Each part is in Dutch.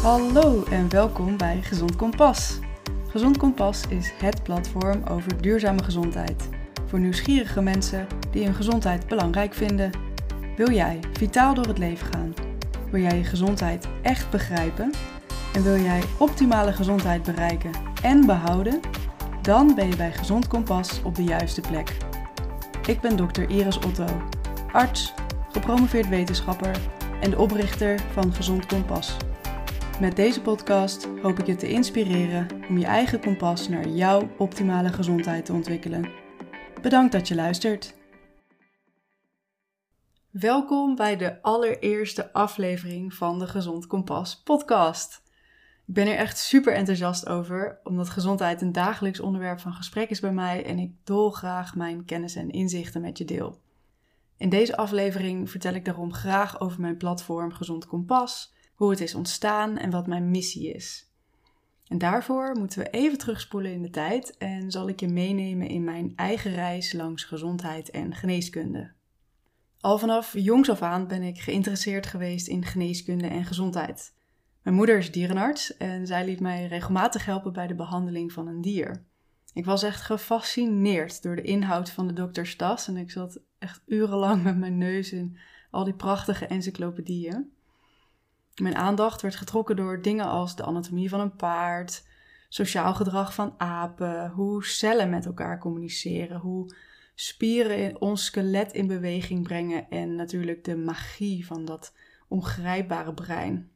Hallo en welkom bij Gezond Kompas. Gezond Kompas is het platform over duurzame gezondheid. Voor nieuwsgierige mensen die hun gezondheid belangrijk vinden. Wil jij vitaal door het leven gaan? Wil jij je gezondheid echt begrijpen? En wil jij optimale gezondheid bereiken en behouden? Dan ben je bij Gezond Kompas op de juiste plek. Ik ben dokter Iris Otto, arts, gepromoveerd wetenschapper en de oprichter van Gezond Kompas. Met deze podcast hoop ik je te inspireren om je eigen kompas naar jouw optimale gezondheid te ontwikkelen. Bedankt dat je luistert. Welkom bij de allereerste aflevering van de Gezond Kompas podcast. Ik ben er echt super enthousiast over, omdat gezondheid een dagelijks onderwerp van gesprek is bij mij en ik dolgraag mijn kennis en inzichten met je deel. In deze aflevering vertel ik daarom graag over mijn platform Gezond Kompas, hoe het is ontstaan en wat mijn missie is. En daarvoor moeten we even terugspoelen in de tijd en zal ik je meenemen in mijn eigen reis langs gezondheid en geneeskunde. Al vanaf jongs af aan ben ik geïnteresseerd geweest in geneeskunde en gezondheid. Mijn moeder is dierenarts en zij liet mij regelmatig helpen bij de behandeling van een dier. Ik was echt gefascineerd door de inhoud van de dokterstas en ik zat echt urenlang met mijn neus in al die prachtige encyclopedieën. Mijn aandacht werd getrokken door dingen als de anatomie van een paard, sociaal gedrag van apen, hoe cellen met elkaar communiceren, hoe spieren ons skelet in beweging brengen en natuurlijk de magie van dat ongrijpbare brein.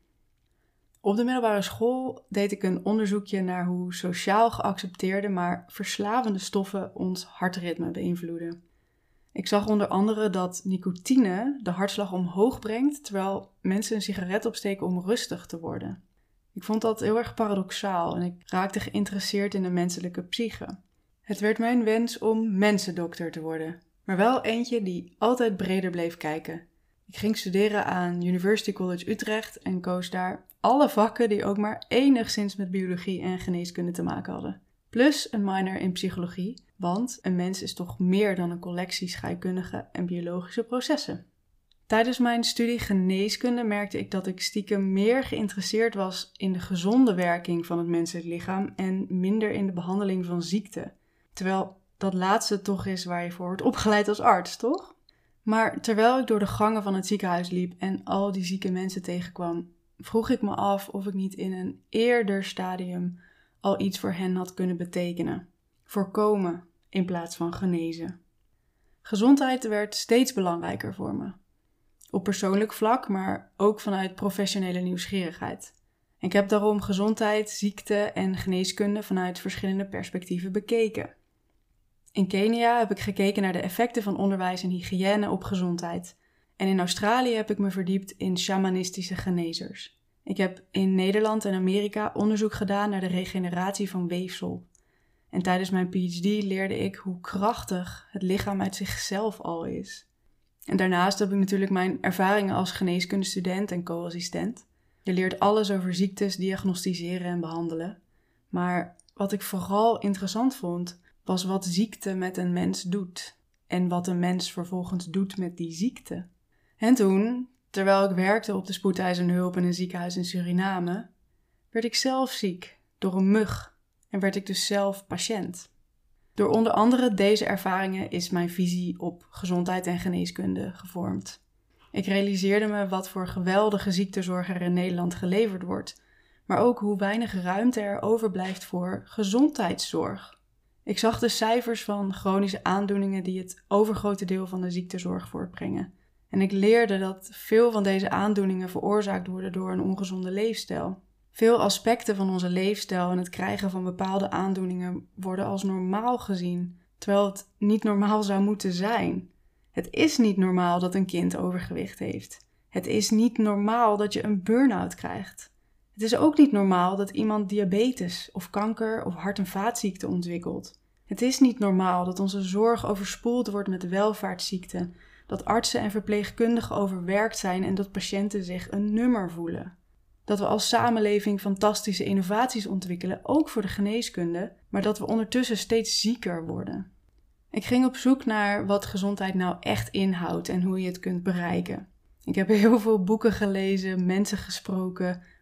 Op de middelbare school deed ik een onderzoekje naar hoe sociaal geaccepteerde, maar verslavende stoffen ons hartritme beïnvloeden. Ik zag onder andere dat nicotine de hartslag omhoog brengt, terwijl mensen een sigaret opsteken om rustig te worden. Ik vond dat heel erg paradoxaal en ik raakte geïnteresseerd in de menselijke psyche. Het werd mijn wens om mensendokter te worden, maar wel eentje die altijd breder bleef kijken. Ik ging studeren aan University College Utrecht en koos daar alle vakken die ook maar enigszins met biologie en geneeskunde te maken hadden. Plus een minor in psychologie, want een mens is toch meer dan een collectie scheikundige en biologische processen. Tijdens mijn studie geneeskunde merkte ik dat ik stiekem meer geïnteresseerd was in de gezonde werking van het menselijk lichaam en minder in de behandeling van ziekte. Terwijl dat laatste toch is waar je voor wordt opgeleid als arts, toch? Maar terwijl ik door de gangen van het ziekenhuis liep en al die zieke mensen tegenkwam, vroeg ik me af of ik niet in een eerder stadium al iets voor hen had kunnen betekenen. Voorkomen in plaats van genezen. Gezondheid werd steeds belangrijker voor me. Op persoonlijk vlak, maar ook vanuit professionele nieuwsgierigheid. Ik heb daarom gezondheid, ziekte en geneeskunde vanuit verschillende perspectieven bekeken. In Kenia heb ik gekeken naar de effecten van onderwijs en hygiëne op gezondheid. En in Australië heb ik me verdiept in shamanistische genezers. Ik heb in Nederland en Amerika onderzoek gedaan naar de regeneratie van weefsel. En tijdens mijn PhD leerde ik hoe krachtig het lichaam uit zichzelf al is. En daarnaast heb ik natuurlijk mijn ervaringen als geneeskundestudent en co-assistent. Je leert alles over ziektes, diagnosticeren en behandelen. Maar wat ik vooral interessant vond, was wat ziekte met een mens doet. En wat een mens vervolgens doet met die ziekte. En toen, terwijl ik werkte op de spoedeisende hulp in een ziekenhuis in Suriname, werd ik zelf ziek door een mug en werd ik dus zelf patiënt. Door onder andere deze ervaringen is mijn visie op gezondheid en geneeskunde gevormd. Ik realiseerde me wat voor geweldige ziektezorg er in Nederland geleverd wordt, maar ook hoe weinig ruimte er overblijft voor gezondheidszorg. Ik zag de cijfers van chronische aandoeningen die het overgrote deel van de ziektezorg voortbrengen. En ik leerde dat veel van deze aandoeningen veroorzaakt worden door een ongezonde leefstijl. Veel aspecten van onze leefstijl en het krijgen van bepaalde aandoeningen worden als normaal gezien, terwijl het niet normaal zou moeten zijn. Het is niet normaal dat een kind overgewicht heeft. Het is niet normaal dat je een burn-out krijgt. Het is ook niet normaal dat iemand diabetes of kanker of hart- en vaatziekten ontwikkelt. Het is niet normaal dat onze zorg overspoeld wordt met welvaartsziekten, dat artsen en verpleegkundigen overwerkt zijn en dat patiënten zich een nummer voelen. Dat we als samenleving fantastische innovaties ontwikkelen, ook voor de geneeskunde, maar dat we ondertussen steeds zieker worden. Ik ging op zoek naar wat gezondheid nou echt inhoudt en hoe je het kunt bereiken. Ik heb heel veel boeken gelezen, mensen gesproken,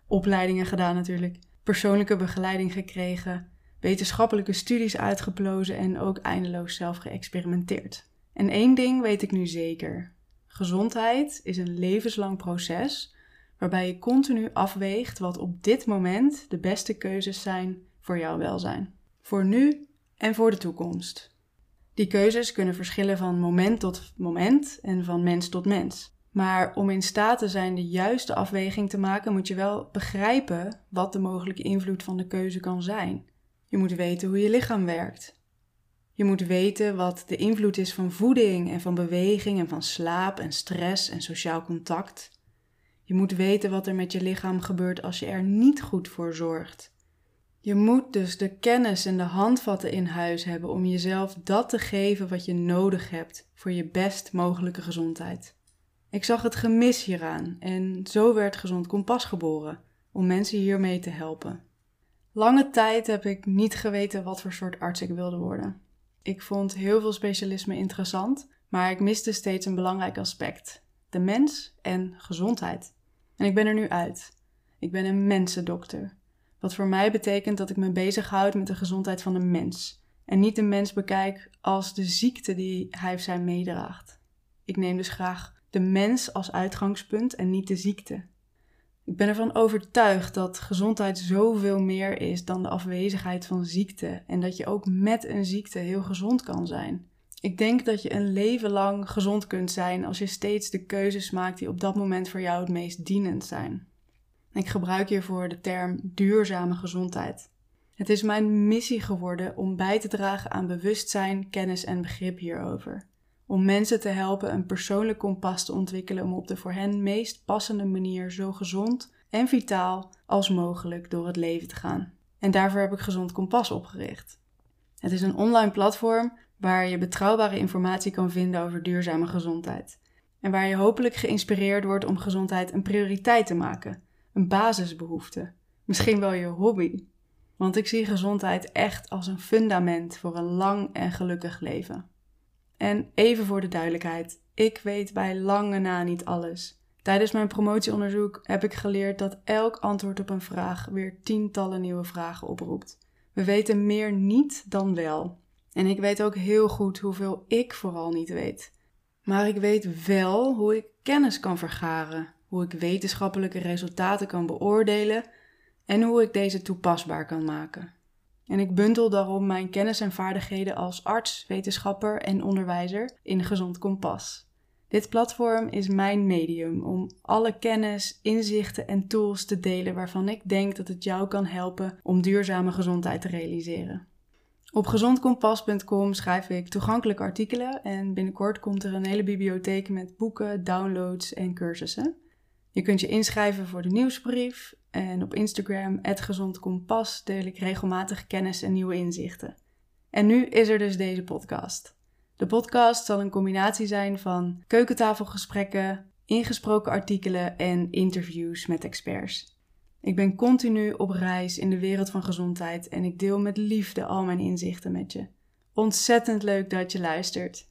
opleidingen gedaan natuurlijk, persoonlijke begeleiding gekregen, wetenschappelijke studies uitgeplozen en ook eindeloos zelf geëxperimenteerd. En één ding weet ik nu zeker. Gezondheid is een levenslang proces waarbij je continu afweegt wat op dit moment de beste keuzes zijn voor jouw welzijn. Voor nu en voor de toekomst. Die keuzes kunnen verschillen van moment tot moment en van mens tot mens. Maar om in staat te zijn de juiste afweging te maken, moet je wel begrijpen wat de mogelijke invloed van de keuze kan zijn. Je moet weten hoe je lichaam werkt. Je moet weten wat de invloed is van voeding en van beweging en van slaap en stress en sociaal contact. Je moet weten wat er met je lichaam gebeurt als je er niet goed voor zorgt. Je moet dus de kennis en de handvatten in huis hebben om jezelf dat te geven wat je nodig hebt voor je best mogelijke gezondheid. Ik zag het gemis hieraan en zo werd Gezond Kompas geboren, om mensen hiermee te helpen. Lange tijd heb ik niet geweten wat voor soort arts ik wilde worden. Ik vond heel veel specialismen interessant, maar ik miste steeds een belangrijk aspect: de mens en gezondheid. En ik ben er nu uit. Ik ben een mensendokter. Wat voor mij betekent dat ik me bezighoud met de gezondheid van de mens. En niet de mens bekijk als de ziekte die hij of zij meedraagt. Ik neem dus graag de mens als uitgangspunt en niet de ziekte. Ik ben ervan overtuigd dat gezondheid zoveel meer is dan de afwezigheid van ziekte. En dat je ook met een ziekte heel gezond kan zijn. Ik denk dat je een leven lang gezond kunt zijn als je steeds de keuzes maakt die op dat moment voor jou het meest dienend zijn. Ik gebruik hiervoor de term duurzame gezondheid. Het is mijn missie geworden om bij te dragen aan bewustzijn, kennis en begrip hierover. Om mensen te helpen een persoonlijk kompas te ontwikkelen om op de voor hen meest passende manier zo gezond en vitaal als mogelijk door het leven te gaan. En daarvoor heb ik Gezond Kompas opgericht. Het is een online platform waar je betrouwbare informatie kan vinden over duurzame gezondheid. En waar je hopelijk geïnspireerd wordt om gezondheid een prioriteit te maken. Een basisbehoefte. Misschien wel je hobby. Want ik zie gezondheid echt als een fundament voor een lang en gelukkig leven. En even voor de duidelijkheid, ik weet bij lange na niet alles. Tijdens mijn promotieonderzoek heb ik geleerd dat elk antwoord op een vraag weer tientallen nieuwe vragen oproept. We weten meer niet dan wel. En ik weet ook heel goed hoeveel ik vooral niet weet. Maar ik weet wel hoe ik kennis kan vergaren, hoe ik wetenschappelijke resultaten kan beoordelen en hoe ik deze toepasbaar kan maken. En ik bundel daarom mijn kennis en vaardigheden als arts, wetenschapper en onderwijzer in Gezond Kompas. Dit platform is mijn medium om alle kennis, inzichten en tools te delen waarvan ik denk dat het jou kan helpen om duurzame gezondheid te realiseren. Op gezondkompas.com schrijf ik toegankelijke artikelen en binnenkort komt er een hele bibliotheek met boeken, downloads en cursussen. Je kunt je inschrijven voor de nieuwsbrief en op Instagram @gezondkompas deel ik regelmatig kennis en nieuwe inzichten. En nu is er dus deze podcast. De podcast zal een combinatie zijn van keukentafelgesprekken, ingesproken artikelen en interviews met experts. Ik ben continu op reis in de wereld van gezondheid en ik deel met liefde al mijn inzichten met je. Ontzettend leuk dat je luistert.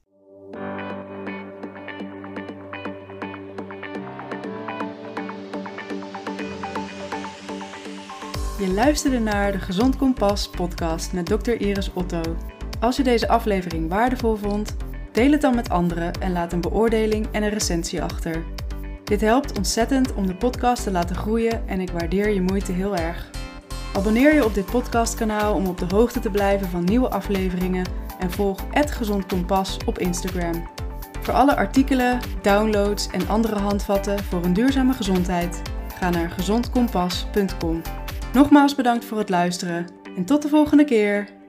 Je luisterde naar de Gezond Kompas podcast met Dr. Iris Otto. Als je deze aflevering waardevol vond, deel het dan met anderen en laat een beoordeling en een recensie achter. Dit helpt ontzettend om de podcast te laten groeien en ik waardeer je moeite heel erg. Abonneer je op dit podcastkanaal om op de hoogte te blijven van nieuwe afleveringen en volg @Gezond Kompas op Instagram. Voor alle artikelen, downloads en andere handvatten voor een duurzame gezondheid, ga naar gezondkompas.com. Nogmaals bedankt voor het luisteren en tot de volgende keer!